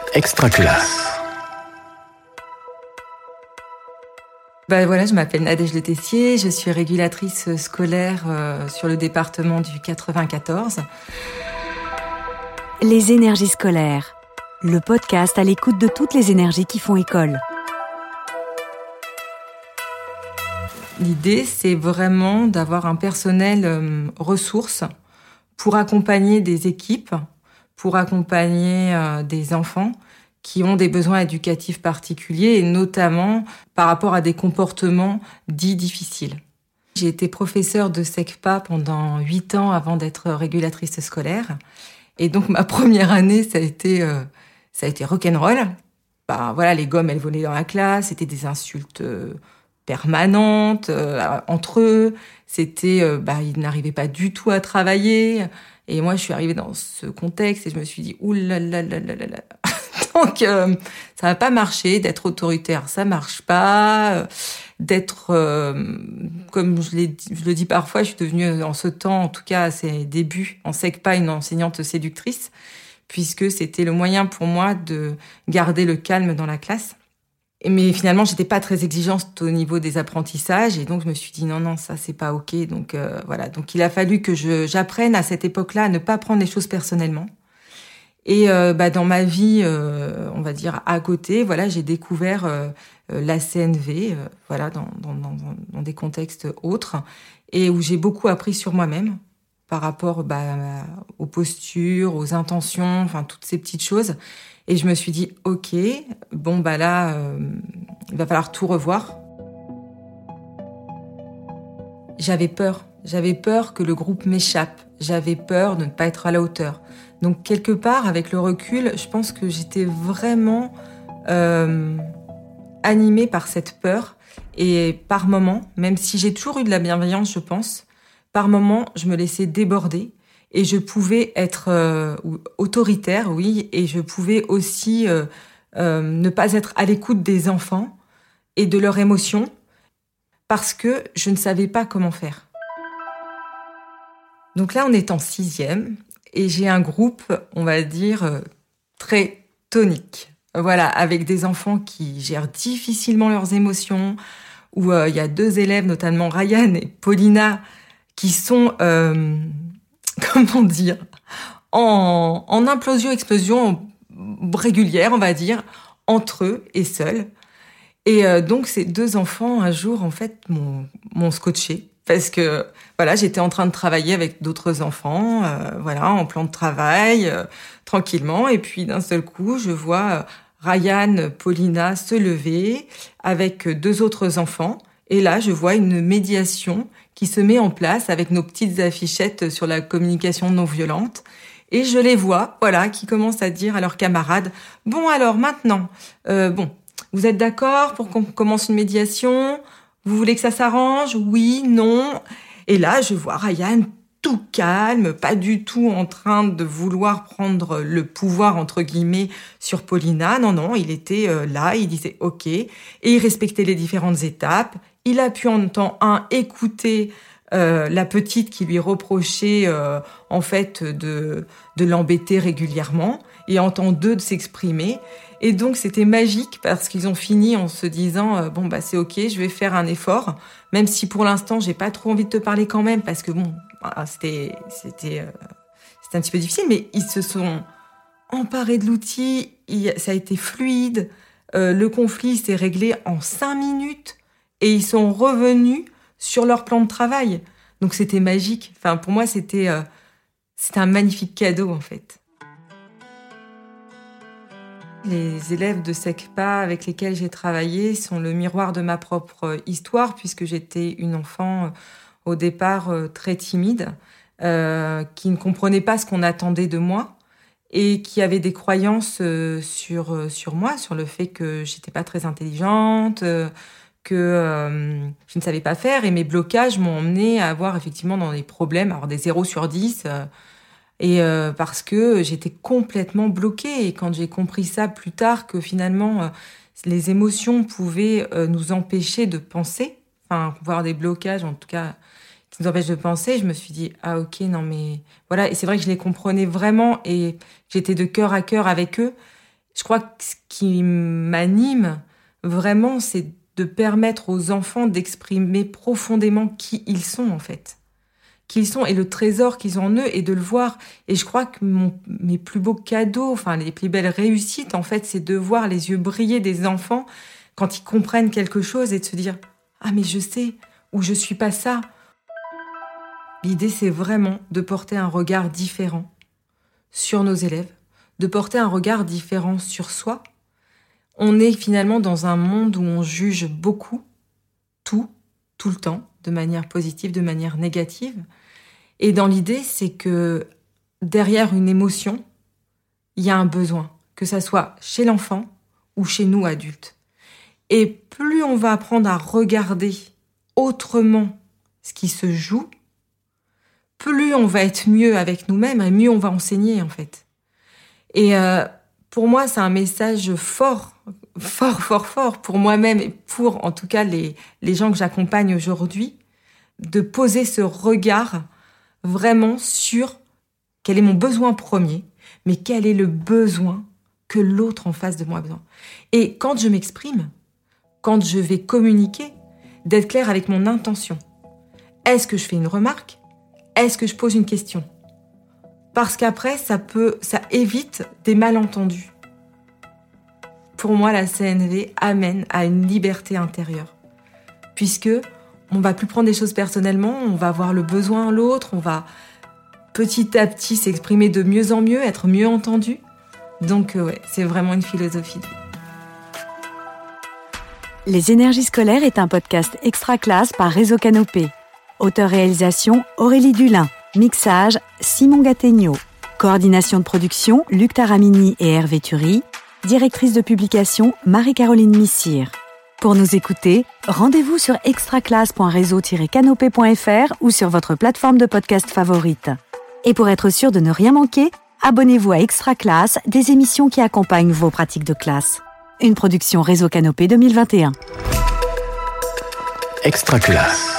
Extra classe. Voilà, je m'appelle Nadège Le Tessier, je suis régulatrice scolaire sur le département du 94. Les énergies scolaires, le podcast à l'écoute de toutes les énergies qui font école. L'idée, c'est vraiment d'avoir un personnel ressource pour accompagner des équipes, pour accompagner des enfants qui ont des besoins éducatifs particuliers et notamment par rapport à des comportements dits difficiles. J'ai été professeure de SECPA pendant 8 ans avant d'être régulatrice scolaire. Et donc ma première année, ça a été rock'n'roll. Voilà, les gommes, elles volaient dans la classe, c'était des insultes permanentes entre eux. Ils n'arrivaient pas du tout à travailler. Et moi, je suis arrivée dans ce contexte et je me suis dit, ouh là là là là là là. Donc, ça va pas marcher, d'être autoritaire, ça marche pas. D'être, comme je le dis parfois, je suis devenue, en ce temps, en tout cas à ses débuts, en SECPA, une enseignante séductrice, puisque c'était le moyen pour moi de garder le calme dans la classe. Mais finalement, j'étais pas très exigeante au niveau des apprentissages, et donc je me suis dit non, ça c'est pas ok. Donc voilà, donc il a fallu que j'apprenne à cette époque-là à ne pas prendre les choses personnellement. Et dans ma vie, on va dire à côté, voilà, j'ai découvert la CNV, dans des contextes autres, et où j'ai beaucoup appris sur moi-même par rapport aux postures, aux intentions, enfin toutes ces petites choses. Et je me suis dit ok, il va falloir tout revoir. J'avais peur que le groupe m'échappe. J'avais peur de ne pas être à la hauteur. Donc, quelque part, avec le recul, je pense que j'étais vraiment animée par cette peur. Et par moments, même si j'ai toujours eu de la bienveillance, je pense, par moments, je me laissais déborder. Et je pouvais être autoritaire, oui, et je pouvais aussi ne pas être à l'écoute des enfants et de leurs émotions parce que je ne savais pas comment faire. Donc là, on est en 6e et j'ai un groupe, on va dire, très tonique. Voilà, avec des enfants qui gèrent difficilement leurs émotions, où il y a 2 élèves, notamment Ryan et Paulina, qui sont, comment dire, en implosion-explosion régulière, on va dire, entre eux et seuls. Et donc, ces 2 enfants, un jour, en fait, m'ont scotché. Parce que, voilà, j'étais en train de travailler avec d'autres enfants, en plan de travail, tranquillement. Et puis, d'un seul coup, je vois Ryan, Paulina se lever avec 2 autres enfants. Et là, je vois une médiation qui se met en place avec nos petites affichettes sur la communication non violente. Et je les vois, qui commencent à dire à leurs camarades, « Bon, alors, maintenant, vous êtes d'accord pour qu'on commence une médiation ? Vous voulez que ça s'arrange ? Oui, non ?» Et là, je vois Ryan tout calme, pas du tout en train de vouloir prendre le pouvoir, entre guillemets, sur Paulina. Non, il était là, il disait « OK ». Et il respectait les différentes étapes. Il a pu en temps 1 écouter la petite qui lui reprochait de l'embêter régulièrement, et en temps 2 de s'exprimer. Et donc c'était magique parce qu'ils ont fini en se disant c'est ok, je vais faire un effort, même si pour l'instant j'ai pas trop envie de te parler quand même parce que c'était un petit peu difficile, mais ils se sont emparés de l'outil, ça a été fluide, le conflit s'est réglé en 5 minutes et ils sont revenus sur leur plan de travail. Donc c'était magique. Enfin pour moi c'était un magnifique cadeau en fait. Les élèves de SECPA avec lesquels j'ai travaillé sont le miroir de ma propre histoire, puisque j'étais une enfant au départ très timide, qui ne comprenait pas ce qu'on attendait de moi et qui avait des croyances sur moi, sur le fait que j'étais pas très intelligente, que je ne savais pas faire, et mes blocages m'ont emmenée à avoir effectivement dans des problèmes, avoir des 0 sur 10, parce que j'étais complètement bloquée. Et quand j'ai compris ça plus tard, que finalement les émotions pouvaient nous empêcher de penser, avoir des blocages en tout cas qui nous empêchent de penser, je me suis dit ah ok, non mais voilà. Et c'est vrai que je les comprenais vraiment et j'étais de cœur à cœur avec eux. Je crois que ce qui m'anime vraiment, c'est de permettre aux enfants d'exprimer profondément qui ils sont, en fait. Qui ils sont et le trésor qu'ils ont en eux et de le voir. Et je crois que mes plus beaux cadeaux, enfin, les plus belles réussites, en fait, c'est de voir les yeux briller des enfants quand ils comprennent quelque chose et de se dire « Ah, mais je sais » ou « Je suis pas ça ». L'idée, c'est vraiment de porter un regard différent sur nos élèves, de porter un regard différent sur soi. On est finalement dans un monde où on juge beaucoup, tout le temps, de manière positive, de manière négative. Et dans l'idée, c'est que derrière une émotion, il y a un besoin, que ça soit chez l'enfant ou chez nous adultes. Et plus on va apprendre à regarder autrement ce qui se joue, plus on va être mieux avec nous-mêmes et mieux on va enseigner, en fait. Et pour moi, c'est un message fort pour moi-même et pour, en tout cas, les gens que j'accompagne aujourd'hui, de poser ce regard vraiment sur quel est mon besoin premier, mais quel est le besoin que l'autre en face de moi a besoin. Et quand je m'exprime, quand je vais communiquer, d'être clair avec mon intention. Est-ce que je fais une remarque ? Est-ce que je pose une question ? Parce qu'après, ça évite des malentendus. Pour moi, la CNV amène à une liberté intérieure. Puisque on va plus prendre des choses personnellement, on va voir le besoin en l'autre, on va petit à petit s'exprimer de mieux en mieux, être mieux entendu. Donc ouais, c'est vraiment une philosophie de vie. Les énergies scolaires est un podcast extra classe par Réseau Canopé. Auteur-réalisation Aurélie Dulin. Mixage Simon Gattegno. Coordination de production Luc Taramini et Hervé Thury. Directrice de publication Marie-Caroline Missire. Pour nous écouter, rendez-vous sur extraclasse.réseau-canopé.fr ou sur votre plateforme de podcast favorite. Et pour être sûr de ne rien manquer, abonnez-vous à Extra Classe, des émissions qui accompagnent vos pratiques de classe. Une production Réseau Canopé 2021. Extra Classe.